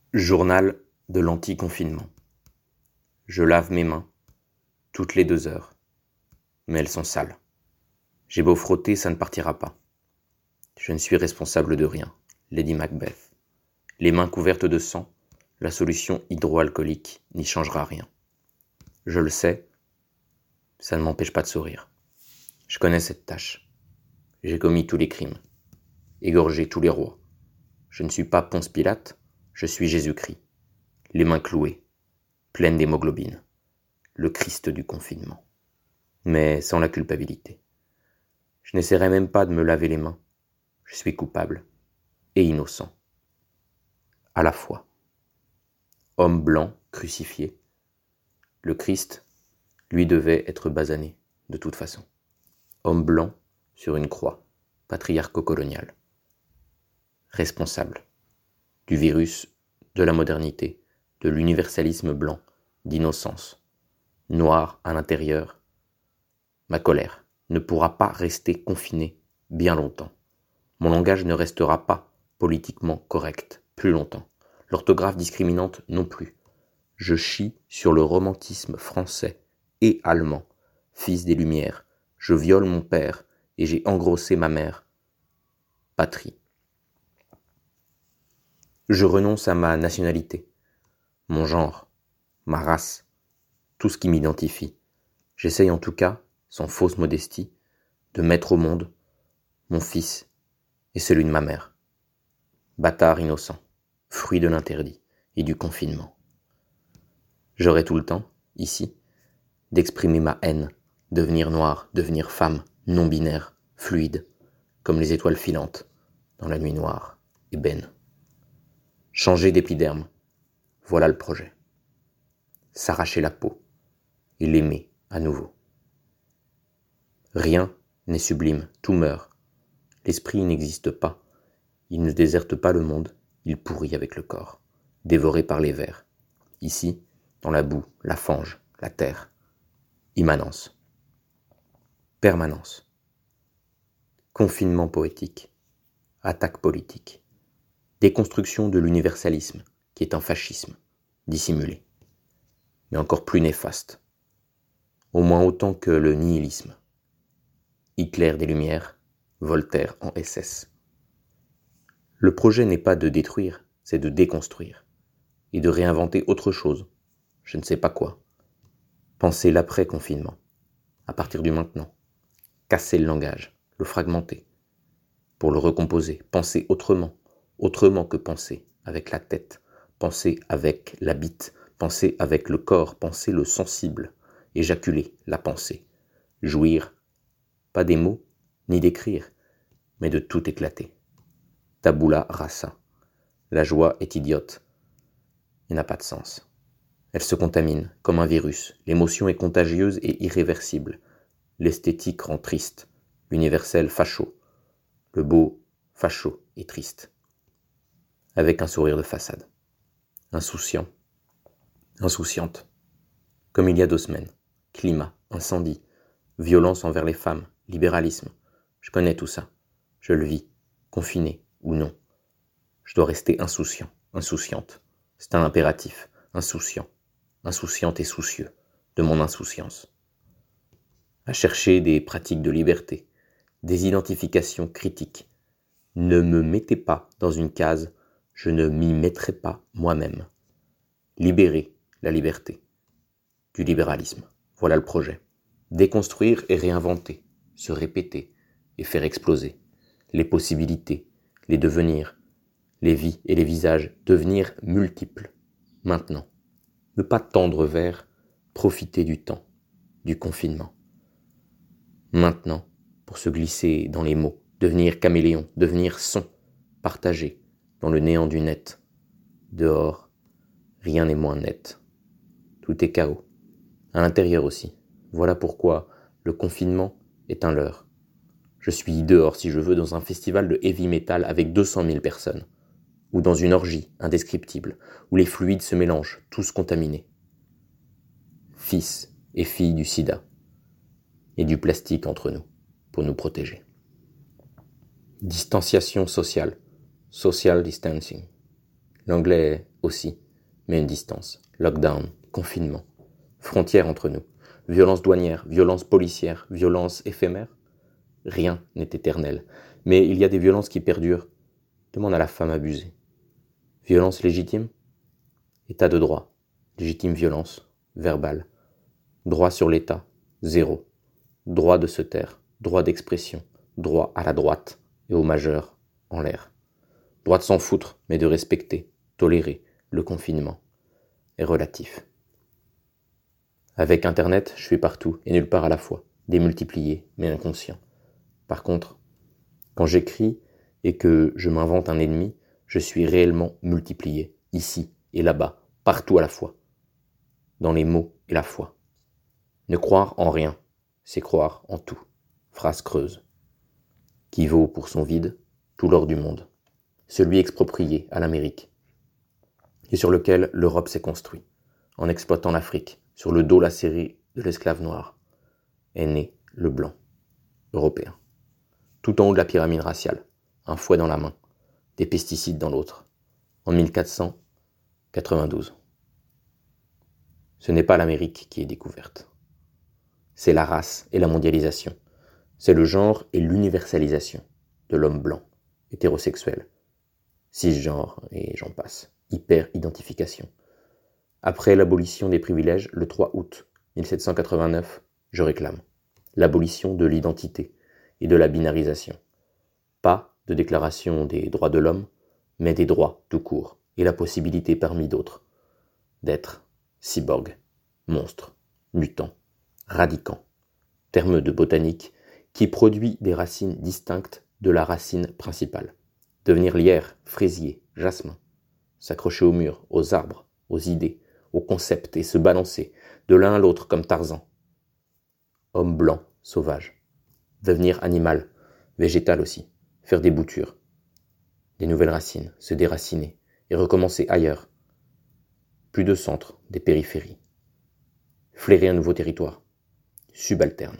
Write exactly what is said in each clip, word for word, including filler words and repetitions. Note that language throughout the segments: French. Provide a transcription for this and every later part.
Journal de l'anti-confinement. Je lave mes mains toutes les deux heures, mais elles sont sales. J'ai beau frotter, ça ne partira pas. Je ne suis responsable de rien, Lady Macbeth. Les mains couvertes de sang, la solution hydroalcoolique n'y changera rien. Je le sais, ça ne m'empêche pas de sourire. Je connais cette tâche. J'ai commis tous les crimes, égorgé tous les rois. Je ne suis pas Ponce Pilate, je suis Jésus-Christ, les mains clouées, pleines d'hémoglobine, le Christ du confinement, mais sans la culpabilité. Je n'essaierai même pas de me laver les mains, je suis coupable et innocent, à la fois. Homme blanc crucifié, le Christ, lui devait être basané, de toute façon. Homme blanc sur une croix, patriarco-colonial. Responsable du virus, de la modernité, de l'universalisme blanc, d'innocence, noir à l'intérieur. Ma colère ne pourra pas rester confinée bien longtemps. Mon langage ne restera pas politiquement correct plus longtemps. L'orthographe discriminante non plus. Je chie sur le romantisme français et allemand, fils des Lumières. Je viole mon père et j'ai engrossé ma mère. Patrie. Je renonce à ma nationalité, mon genre, ma race, tout ce qui m'identifie. J'essaye en tout cas, sans fausse modestie, de mettre au monde mon fils et celui de ma mère. Bâtard innocent, fruit de l'interdit et du confinement. J'aurai tout le temps, ici, d'exprimer ma haine, devenir noir, devenir femme, non-binaire, fluide, comme les étoiles filantes dans la nuit noire, ébène. Changer d'épiderme, voilà le projet. S'arracher la peau et l'aimer à nouveau. Rien n'est sublime, tout meurt. L'esprit n'existe pas. Il ne déserte pas le monde, il pourrit avec le corps, dévoré par les vers. Ici, dans la boue, la fange, la terre. Immanence. Permanence. Confinement poétique. Attaque politique. Déconstruction de l'universalisme, qui est un fascisme, dissimulé, mais encore plus néfaste, au moins autant que le nihilisme. Hitler des Lumières, Voltaire en S S. Le projet n'est pas de détruire, c'est de déconstruire, et de réinventer autre chose, je ne sais pas quoi. Penser l'après-confinement, à partir du maintenant, casser le langage, le fragmenter, pour le recomposer, penser autrement, autrement que penser avec la tête, penser avec la bite, penser avec le corps, penser le sensible, éjaculer la pensée, jouir, pas des mots, ni d'écrire, mais de tout éclater. Tabula rasa. La joie est idiote et n'a pas de sens. Elle se contamine comme un virus. L'émotion est contagieuse et irréversible. L'esthétique rend triste. L'universel facho. Le beau facho et triste. Avec un sourire de façade. Insouciant. Insouciante. Comme il y a deux semaines. Climat, incendie, violence envers les femmes, libéralisme. Je connais tout ça. Je le vis, confiné ou non. Je dois rester insouciant, insouciante. C'est un impératif. Insouciant, insouciante et soucieux de mon insouciance. À chercher des pratiques de liberté, des identifications critiques. Ne me mettez pas dans une case, je ne m'y mettrai pas moi-même. Libérer la liberté. Du libéralisme. Voilà le projet. Déconstruire et réinventer, se répéter et faire exploser. Les possibilités, les devenirs, les vies et les visages, devenir multiples. Maintenant. Ne pas tendre vers, profiter du temps, du confinement. Maintenant, pour se glisser dans les mots, devenir caméléon, devenir son, partager dans le néant du net. Dehors, rien n'est moins net. Tout est chaos. À l'intérieur aussi. Voilà pourquoi le confinement est un leurre. Je suis dehors si je veux dans un festival de heavy metal avec deux cent mille personnes. Ou dans une orgie indescriptible, où les fluides se mélangent, tous contaminés. Fils et filles du sida, et du plastique entre nous, pour nous protéger. Distanciation sociale, social distancing. L'anglais aussi, mais une distance. Lockdown, confinement, frontière entre nous, violence douanière, violence policière, violence éphémère. Rien n'est éternel, mais il y a des violences qui perdurent. Demande à la femme abusée. Violence légitime? État de droit, légitime violence, verbale. Droit sur l'État, zéro. Droit de se taire, droit d'expression, droit à la droite et au majeur, en l'air. Droit de s'en foutre, mais de respecter, tolérer le confinement est relatif. Avec Internet, je suis partout et nulle part à la fois, démultiplié mais inconscient. Par contre, quand j'écris et que je m'invente un ennemi, je suis réellement multiplié, ici et là-bas, partout à la fois, dans les mots et la foi. Ne croire en rien, c'est croire en tout. Phrase creuse, qui vaut pour son vide tout l'or du monde, celui exproprié à l'Amérique, et sur lequel l'Europe s'est construite, en exploitant l'Afrique, sur le dos lacéré de l'esclave noir, est né le blanc, européen. Tout en haut de la pyramide raciale, un fouet dans la main, des pesticides dans l'autre, en mille quatre cent quatre-vingt-douze. Ce n'est pas l'Amérique qui est découverte. C'est la race et la mondialisation. C'est le genre et l'universalisation de l'homme blanc, hétérosexuel, cisgenre et j'en passe, hyper-identification. Après l'abolition des privilèges, le trois août mille sept cent quatre-vingt-neuf, je réclame l'abolition de l'identité et de la binarisation. Pas de déclaration des droits de l'homme, mais des droits tout court, et la possibilité parmi d'autres d'être cyborg, monstre, mutant, radicant, terme de botanique qui produit des racines distinctes de la racine principale. Devenir lierre, fraisier, jasmin, s'accrocher au mur, aux arbres, aux idées, aux concepts et se balancer de l'un à l'autre comme Tarzan. Homme blanc, sauvage. Devenir animal, végétal aussi, faire des boutures, des nouvelles racines, se déraciner et recommencer ailleurs. Plus de centre, des périphéries. Flairer un nouveau territoire, subalterne.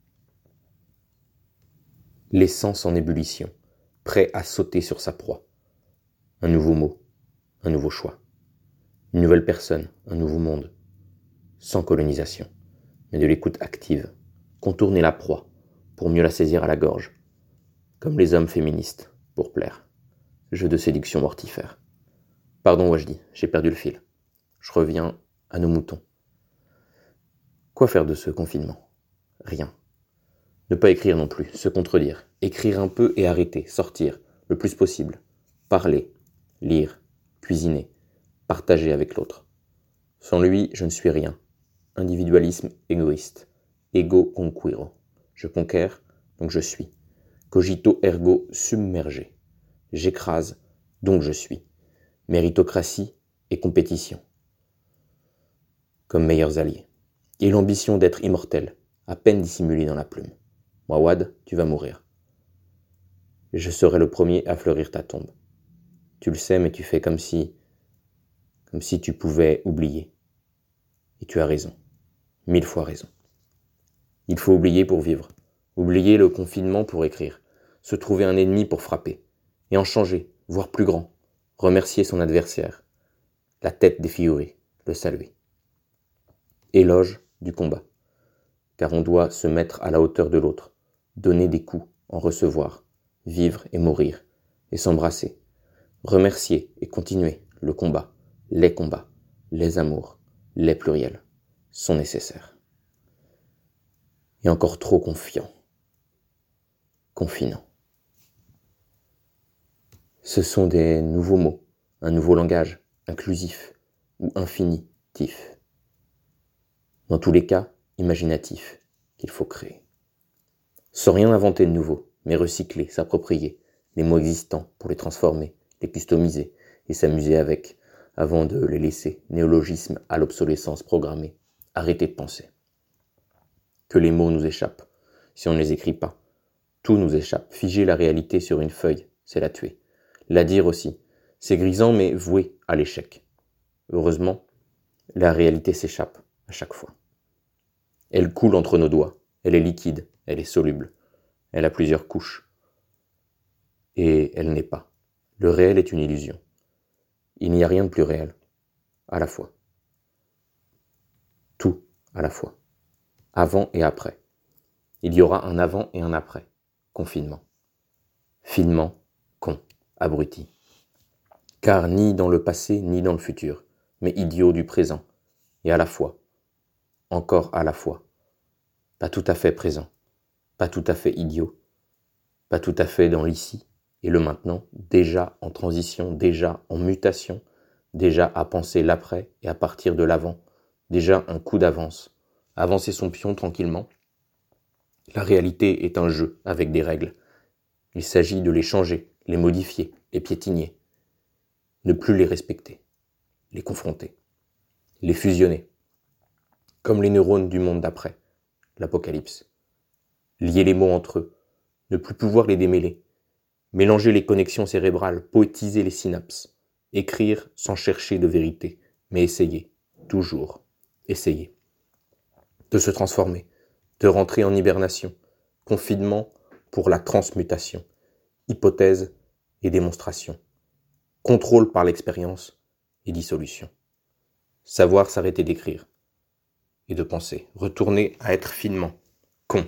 L'essence en ébullition, prêt à sauter sur sa proie. Un nouveau mot, un nouveau choix. Une nouvelle personne, un nouveau monde. Sans colonisation, mais de l'écoute active. Contourner la proie pour mieux la saisir à la gorge. Comme les hommes féministes, pour plaire. Jeu de séduction mortifère. Pardon Wajdi, j'ai perdu le fil. Je reviens à nos moutons. Quoi faire de ce confinement? Rien. Ne pas écrire non plus, se contredire. Écrire un peu et arrêter, sortir, le plus possible. Parler, lire, cuisiner, partager avec l'autre. Sans lui, je ne suis rien. Individualisme égoïste. Ego conquiro. Je conquiers, donc je suis. Cogito ergo submergé. J'écrase, donc je suis. Méritocratie et compétition. Comme meilleurs alliés. Et l'ambition d'être immortel, à peine dissimulée dans la plume. Mouawad, tu vas mourir. Je serai le premier à fleurir ta tombe. Tu le sais, mais tu fais comme si... comme si tu pouvais oublier. Et tu as raison. Mille fois raison. Il faut oublier pour vivre. Oublier le confinement pour écrire. Se trouver un ennemi pour frapper. Et en changer, voire plus grand. Remercier son adversaire. La tête défigurée, le saluer. Éloge du combat. Car on doit se mettre à la hauteur de l'autre. Donner des coups, en recevoir. Vivre et mourir. Et s'embrasser. Remercier et continuer le combat. Les combats. Les amours. Les pluriels. Sont nécessaires. Et encore trop confiant. Confinant. Ce sont des nouveaux mots, un nouveau langage, inclusif ou infinitif. Dans tous les cas, imaginatif, qu'il faut créer. Sans rien inventer de nouveau, mais recycler, s'approprier les mots existants pour les transformer, les customiser et s'amuser avec, avant de les laisser, néologismes à l'obsolescence programmée. Arrêtez de penser. Que les mots nous échappent, si on ne les écrit pas. Tout nous échappe. Figer la réalité sur une feuille, c'est la tuer. La dire aussi. C'est grisant mais voué à l'échec. Heureusement, la réalité s'échappe à chaque fois. Elle coule entre nos doigts. Elle est liquide, elle est soluble. Elle a plusieurs couches. Et elle n'est pas. Le réel est une illusion. il n'y a rien de plus réel, à la fois. Tout à la fois, avant et après. Il y aura un avant et un après, confinement. Finement, con, abruti. Car ni dans le passé ni dans le futur, mais idiot du présent, et à la fois, encore à la fois. Pas tout à fait présent, pas tout à fait idiot, pas tout à fait dans l'ici et le maintenant, déjà en transition, déjà en mutation, déjà à penser l'après et à partir de l'avant, déjà un coup d'avance, avancer son pion tranquillement. La réalité est un jeu avec des règles. Il s'agit de les changer, les modifier, les piétiner. Ne plus les respecter, les confronter, les fusionner, comme les neurones du monde d'après, l'apocalypse. Lier les mots entre eux, ne plus pouvoir les démêler, mélanger les connexions cérébrales, poétiser les synapses, écrire sans chercher de vérité, mais essayer, toujours, essayer. De se transformer, de rentrer en hibernation, confinement pour la transmutation, hypothèse et démonstration, contrôle par l'expérience et dissolution. Savoir s'arrêter d'écrire et de penser, retourner à être finement, con.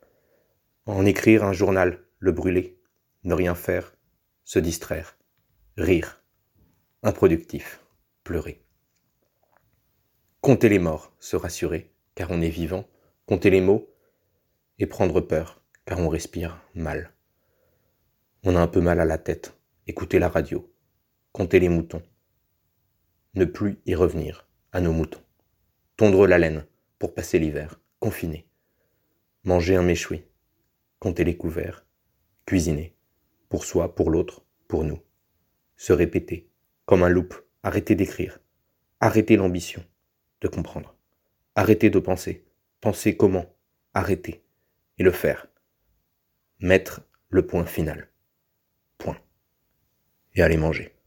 En écrire un journal, le brûler, ne rien faire, se distraire, rire, improductif, pleurer. Compter les morts, se rassurer, car on est vivant, compter les mots et prendre peur, car on respire mal. On a un peu mal à la tête, écouter la radio, compter les moutons. Ne plus y revenir, à nos moutons. Tondre la laine, pour passer l'hiver, confiné. Manger un méchoui, compter les couverts, cuisiner, pour soi, pour l'autre, pour nous. Se répéter, comme un loop, arrêter d'écrire, arrêter l'ambition, de comprendre. Arrêter de penser, penser comment, arrêter, et le faire. Mettre le point final. Point. Et aller manger.